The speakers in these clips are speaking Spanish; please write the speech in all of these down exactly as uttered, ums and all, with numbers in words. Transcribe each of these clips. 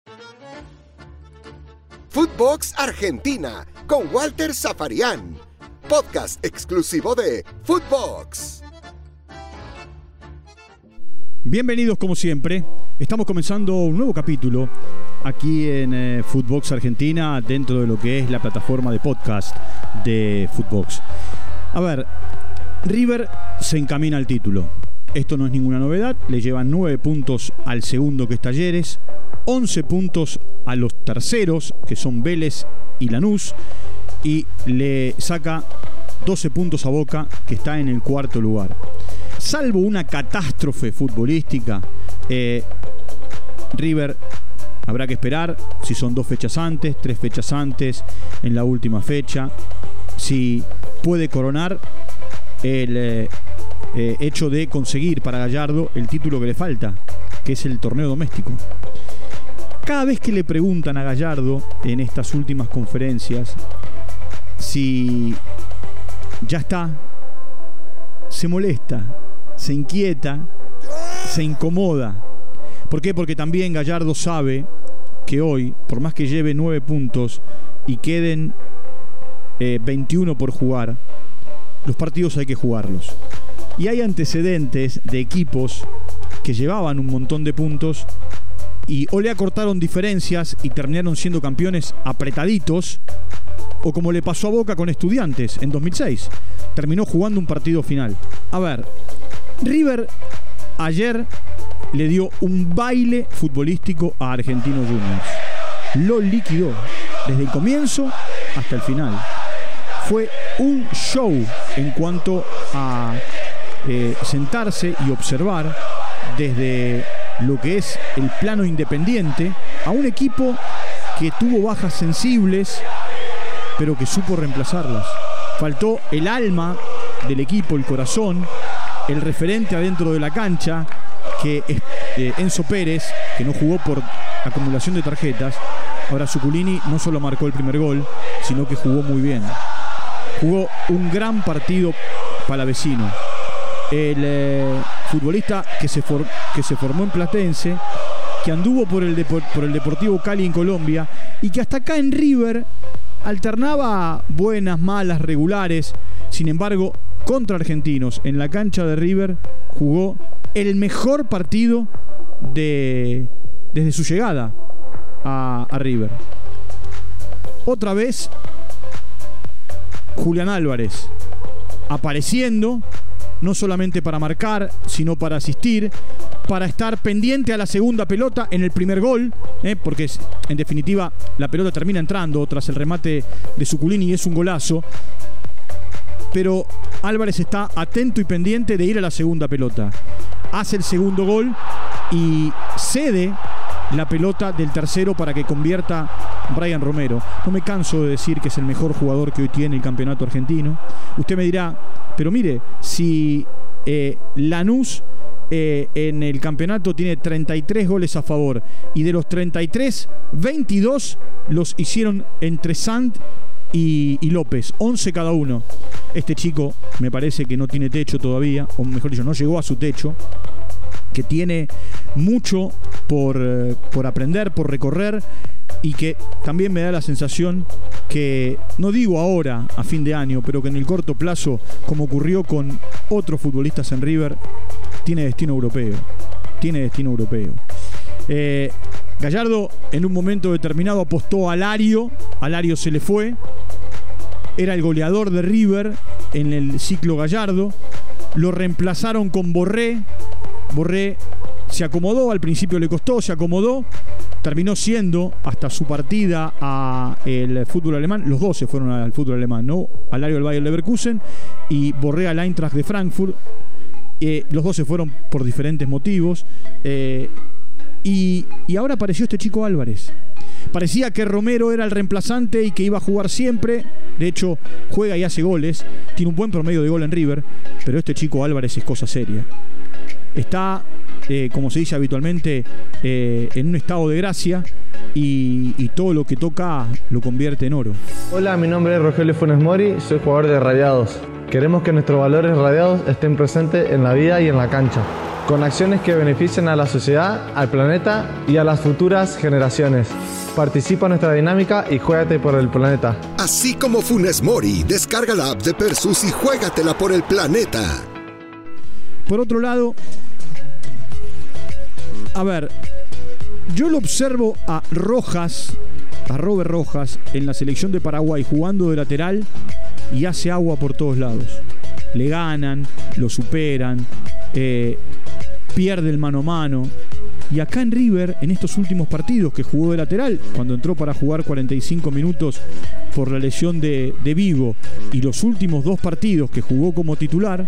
Footbox Argentina con Walter Zafarian, podcast exclusivo de Footbox. Bienvenidos como siempre, estamos comenzando un nuevo capítulo aquí en eh, Footbox Argentina dentro de lo que es la plataforma de podcast de Footbox. A ver, River se encamina al título. Esto no es ninguna novedad, le llevan nueve puntos al segundo que es Talleres, once puntos a los terceros que son Vélez y Lanús y le saca doce puntos a Boca que está en el cuarto lugar. Salvo una catástrofe futbolística, eh, River habrá que esperar si son dos fechas antes, tres fechas antes, en la última fecha, si puede coronar el eh, eh, hecho de conseguir para Gallardo el título que le falta, que es el torneo doméstico. Cada vez que le preguntan a Gallardo en estas últimas conferencias si ya está, se molesta, se inquieta, se incomoda. ¿Por qué? Porque también Gallardo sabe que hoy, por más que lleve nueve puntos y queden eh, veintiuno por jugar, los partidos hay que jugarlos. Y hay antecedentes de equipos que llevaban un montón de puntos y o le acortaron diferencias y terminaron siendo campeones apretaditos, o como le pasó a Boca con Estudiantes en dos mil seis, terminó jugando un partido final. A ver, River ayer le dio un baile futbolístico a Argentinos Juniors. Lo liquidó desde el comienzo hasta el final. Fue un show en cuanto a eh, sentarse y observar desde lo que es el plano independiente a un equipo que tuvo bajas sensibles, pero que supo reemplazarlas. Faltó el alma del equipo, el corazón, el referente adentro de la cancha, que es eh, Enzo Pérez, que no jugó por acumulación de tarjetas. Ahora Zuculini no solo marcó el primer gol, sino que jugó muy bien. Jugó un gran partido palavecino. El eh, futbolista que se, for, que se formó en Platense, que anduvo por el, Depor, por el Deportivo Cali en Colombia y que hasta acá en River alternaba buenas, malas, regulares. Sin embargo, contra Argentinos en la cancha de River jugó el mejor partido de, desde su llegada a, a River. Otra vez Julián Álvarez apareciendo, no solamente para marcar, sino para asistir, para estar pendiente a la segunda pelota en el primer gol, ¿eh? porque es, en definitiva la pelota termina entrando tras el remate de Zuculini y es un golazo. Pero Álvarez está atento y pendiente de ir a la segunda pelota. Hace el segundo gol y cede la pelota del tercero para que convierta Brian Romero. No me canso de decir que es el mejor jugador que hoy tiene el campeonato argentino. Usted me dirá, pero mire, si eh, Lanús eh, en el campeonato tiene treinta y tres goles a favor y de los treinta y tres, veintidós los hicieron entre Sant y, y López, once cada uno. Este chico me parece que no tiene techo todavía, o mejor dicho, no llegó a su techo, que tiene mucho por, eh, por aprender, por recorrer, y que también me da la sensación que, no digo ahora, a fin de año, pero que en el corto plazo, como ocurrió con otros futbolistas en River, tiene destino europeo. Tiene destino europeo. Eh, Gallardo en un momento determinado apostó a Lario, a Lario se le fue, era el goleador de River en el ciclo Gallardo, lo reemplazaron con Borré. Borré se acomodó, al principio le costó, se acomodó, terminó siendo hasta su partida a el fútbol alemán, los dos se fueron al fútbol alemán, ¿no? Alario al Bayer Leverkusen y Borré al Eintracht de Frankfurt. Eh, los dos se fueron por diferentes motivos. Eh, y, y ahora apareció este chico Álvarez. Parecía que Romero era el reemplazante y que iba a jugar siempre. De hecho, juega y hace goles. Tiene un buen promedio de gol en River. Pero este chico Álvarez es cosa seria. Está, eh, como se dice habitualmente, eh, en un estado de gracia. Y, y todo lo que toca lo convierte en oro. Hola, mi nombre es Rogelio Funes Mori. Soy jugador de Radiados. Queremos que nuestros valores radiados estén presentes en la vida y en la cancha. con acciones que beneficien a la sociedad, al planeta y a las futuras generaciones. Participa en nuestra dinámica y juégate por el planeta. Así como Funes Mori, descarga la app de Persus y juégatela por el planeta. Por otro lado, a ver, yo lo observo a Rojas, a Robert Rojas, en la selección de Paraguay jugando de lateral y hace agua por todos lados. Le ganan, lo superan, eh, pierde el mano a mano. Y acá en River, en estos últimos partidos que jugó de lateral, cuando entró para jugar cuarenta y cinco minutos por la lesión de, de Vigo, y los últimos dos partidos que jugó como titular,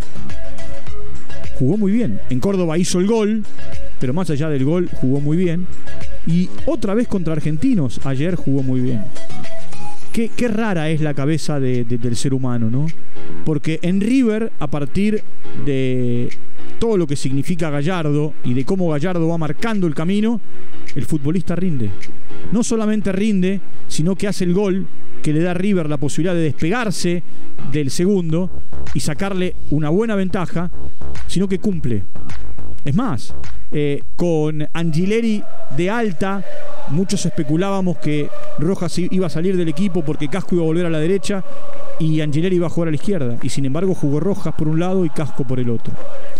jugó muy bien. En Córdoba hizo el gol, pero más allá del gol jugó muy bien. Y otra vez contra Argentinos, ayer jugó muy bien. Qué, qué rara es la cabeza de, de, del ser humano, ¿no? Porque en River, a partir de todo lo que significa Gallardo y de cómo Gallardo va marcando el camino, el futbolista rinde. No solamente rinde, sino que hace el gol que le da a River la posibilidad de despegarse del segundo y sacarle una buena ventaja, sino que cumple. Es más, eh, con Angileri de alta, muchos especulábamos que Rojas iba a salir del equipo porque Casco iba a volver a la derecha y Angileri iba a jugar a la izquierda. Y sin embargo jugó Rojas por un lado y Casco por el otro.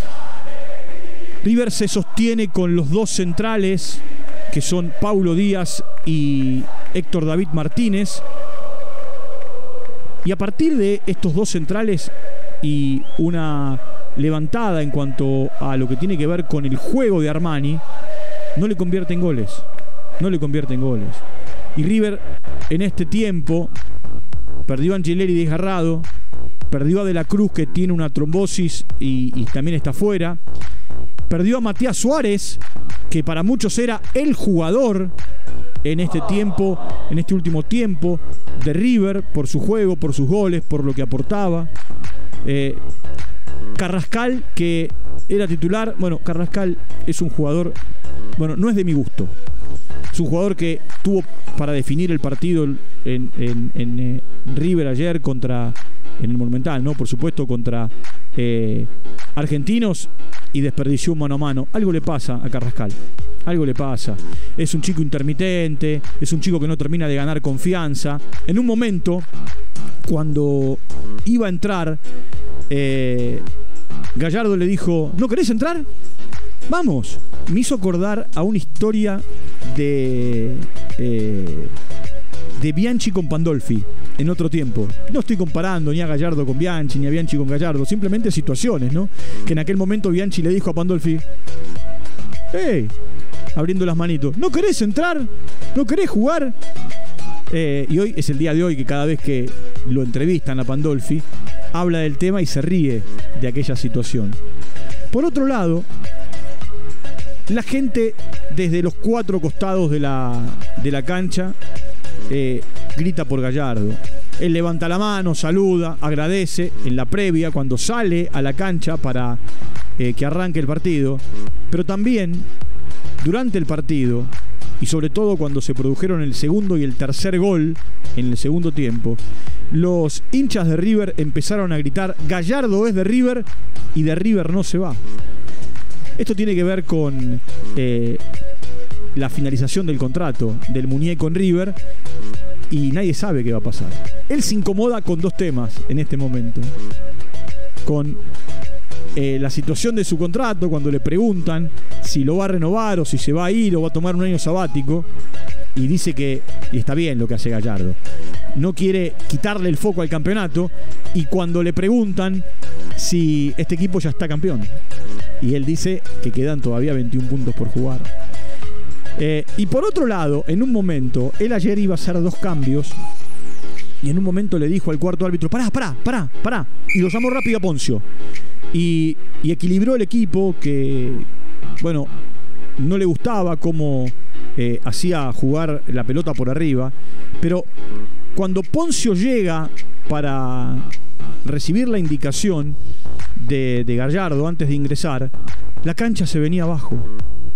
River se sostiene con los dos centrales, que son Paulo Díaz y Héctor David Martínez. Y a partir de estos dos centrales y una levantada en cuanto a lo que tiene que ver con el juego de Armani, no le convierte en goles. No le convierte en goles. Y River en este tiempo perdió a Angileri desgarrado, perdió a De la Cruz, que tiene una trombosis y, y también está fuera, perdió a Matías Suárez, que para muchos era el jugador en este tiempo, en este último tiempo de River, por su juego, por sus goles, por lo que aportaba. eh, Carrascal, que era titular. Bueno, Carrascal es un jugador, bueno, no es de mi gusto. Es un jugador que tuvo para definir el partido en, en, en eh, River ayer contra, en el Monumental, ¿no? Por supuesto, contra eh, Argentinos, y desperdició un mano a mano. Algo le pasa a Carrascal. Algo le pasa. Es un chico intermitente, es un chico que no termina de ganar confianza. En un momento, cuando iba a entrar, eh, Gallardo le dijo: ¿no querés entrar? Vamos. Me hizo acordar a una historia de eh, de Bianchi con Pandolfi en otro tiempo. No estoy comparando ni a Gallardo con Bianchi, ni a Bianchi con Gallardo, simplemente situaciones, ¿no? Que en aquel momento Bianchi le dijo a Pandolfi: ¡hey! Abriendo las manitos, ¿no querés entrar? ¿No querés jugar? Eh, y hoy es el día de hoy que cada vez que lo entrevistan a Pandolfi, habla del tema y se ríe de aquella situación. Por otro lado, la gente desde los cuatro costados de la, de la cancha eh, grita por Gallardo. Él levanta la mano, saluda, agradece en la previa cuando sale a la cancha para eh, que arranque el partido. Pero también durante el partido, y sobre todo cuando se produjeron el segundo y el tercer gol en el segundo tiempo, los hinchas de River empezaron a gritar: Gallardo es de River y de River no se va. Esto tiene que ver con eh, la finalización del contrato del muñeco en River, y nadie sabe qué va a pasar. Él se incomoda con dos temas en este momento. Con eh, la situación de su contrato, cuando le preguntan si lo va a renovar o si se va a ir o va a tomar un año sabático, y dice que, y está bien lo que hace Gallardo, no quiere quitarle el foco al campeonato, y cuando le preguntan si este equipo ya está campeón, y él dice que quedan todavía veintiún puntos por jugar. Eh, y por otro lado, en un momento, él ayer iba a hacer dos cambios, y en un momento le dijo al cuarto árbitro: pará, pará, pará, pará, y lo llamó rápido a Poncio, y, y equilibró el equipo, que, bueno, no le gustaba cómo eh, hacía jugar la pelota por arriba, pero cuando Poncio llega para recibir la indicación de, de Gallardo antes de ingresar, la cancha se venía abajo.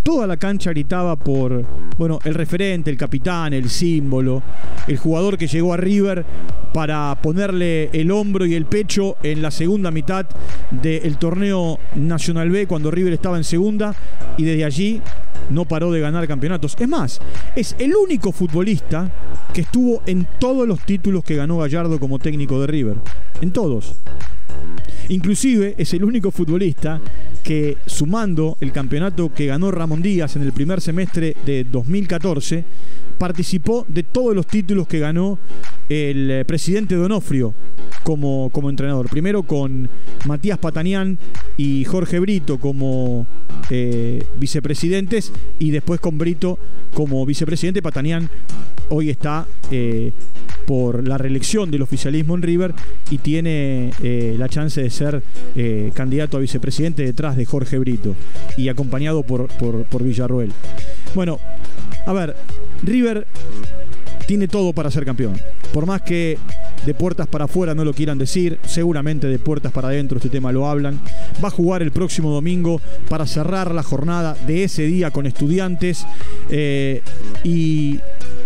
toda la cancha gritaba por, bueno, el referente, el capitán, el símbolo, el jugador que llegó a River para ponerle el hombro y el pecho en la segunda mitad del torneo Nacional B, cuando River estaba en segunda, y desde allí no paró de ganar campeonatos. Es más, es el único futbolista que estuvo en todos los títulos que ganó Gallardo como técnico de River. En todos. Inclusive es el único futbolista que, sumando el campeonato que ganó Ramón Díaz en el primer semestre de dos mil catorce, participó de todos los títulos que ganó el presidente Donofrio como, como entrenador. Primero con Matías Patanián y Jorge Brito como eh, vicepresidentes, y después con Brito como vicepresidente. Patanián hoy está eh, por la reelección del oficialismo en River y tiene eh, la chance de ser eh, candidato a vicepresidente detrás de Jorge Brito y acompañado por, por, por Villarroel. Bueno, a ver, River tiene todo para ser campeón. Por más que de puertas para afuera no lo quieran decir, seguramente de puertas para adentro este tema lo hablan. Va a jugar el próximo domingo para cerrar la jornada de ese día con Estudiantes. Eh, y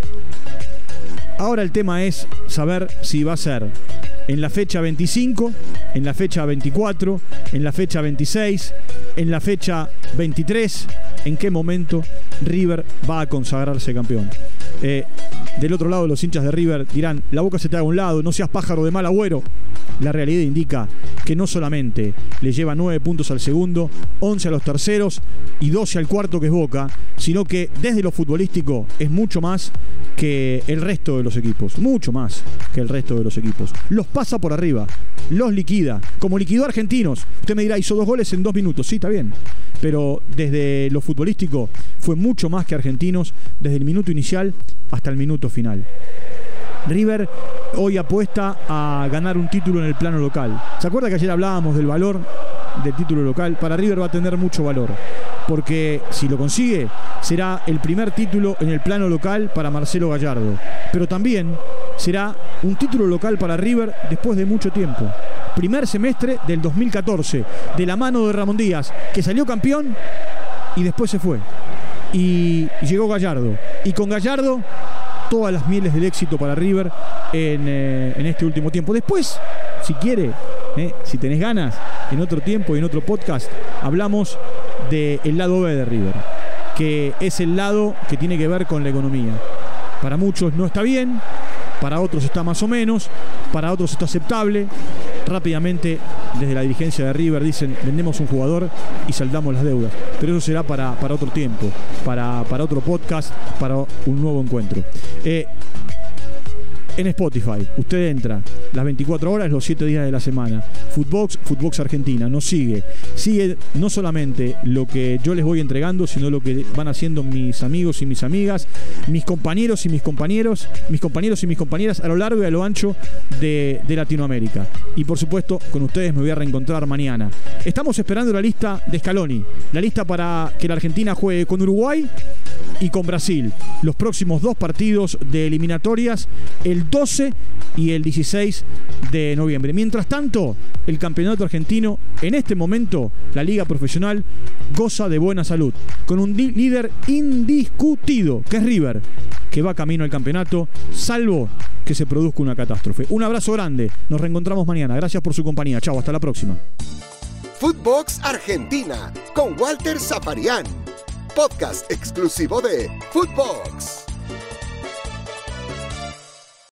ahora el tema es saber si va a ser en la fecha veinticinco, en la fecha veinticuatro, en la fecha veintiséis, en la fecha veintitrés, en qué momento River va a consagrarse campeón. Eh, del otro lado, los hinchas de River dirán: la boca se te da a un lado, no seas pájaro de mal agüero. La realidad indica que no solamente le lleva nueve puntos al segundo, once a los terceros y doce al cuarto, que es Boca, sino que desde lo futbolístico es mucho más que el resto de los equipos, mucho más que el resto de los equipos. Los pasa por arriba, los liquida, como liquidó a Argentinos. Usted me dirá: hizo dos goles en dos minutos. Sí, está bien, pero desde lo futbolístico fue mucho más que Argentinos, desde el minuto inicial hasta el minuto final. River hoy apuesta a ganar un título en el plano local. ¿Se acuerda que ayer hablábamos del valor del título local? Para River va a tener mucho valor, porque si lo consigue, será el primer título en el plano local para Marcelo Gallardo. Pero también será un título local para River después de mucho tiempo. Primer semestre del dos mil catorce, de la mano de Ramón Díaz, que salió campeón y después se fue. Y llegó Gallardo. Y con Gallardo, todas las mieles del éxito para River en, eh, en este último tiempo. Después, si quiere, eh, si tenés ganas, en otro tiempo y en otro podcast, hablamos del lado B de River, que es el lado que tiene que ver con la economía. Para muchos no está bien, para otros está más o menos, para otros está aceptable. Rápidamente, desde la dirigencia de River dicen: vendemos un jugador y saldamos las deudas. Pero eso será para, para otro tiempo, para, para otro podcast, para un nuevo encuentro. Eh, en Spotify, usted entra las veinticuatro horas, los siete días de la semana. Footbox, Footbox Argentina, nos sigue. Sigue no solamente lo que yo les voy entregando, sino lo que van haciendo mis amigos y mis amigas, mis compañeros y mis compañeros, mis compañeros y mis compañeras a lo largo y a lo ancho de, de Latinoamérica. Y por supuesto, con ustedes me voy a reencontrar mañana. Estamos esperando la lista de Scaloni, la lista para que la Argentina juegue con Uruguay y con Brasil los próximos dos partidos de eliminatorias, el doce y el dieciséis de noviembre. Mientras tanto, el campeonato argentino, en este momento, la liga profesional, goza de buena salud, con un líder indiscutido, que es River, que va camino al campeonato, salvo que se produzca una catástrofe. Un abrazo grande, nos reencontramos mañana. Gracias por su compañía. Chau, hasta la próxima. Footbox Argentina con Walter Zafarian, podcast exclusivo de Footbox.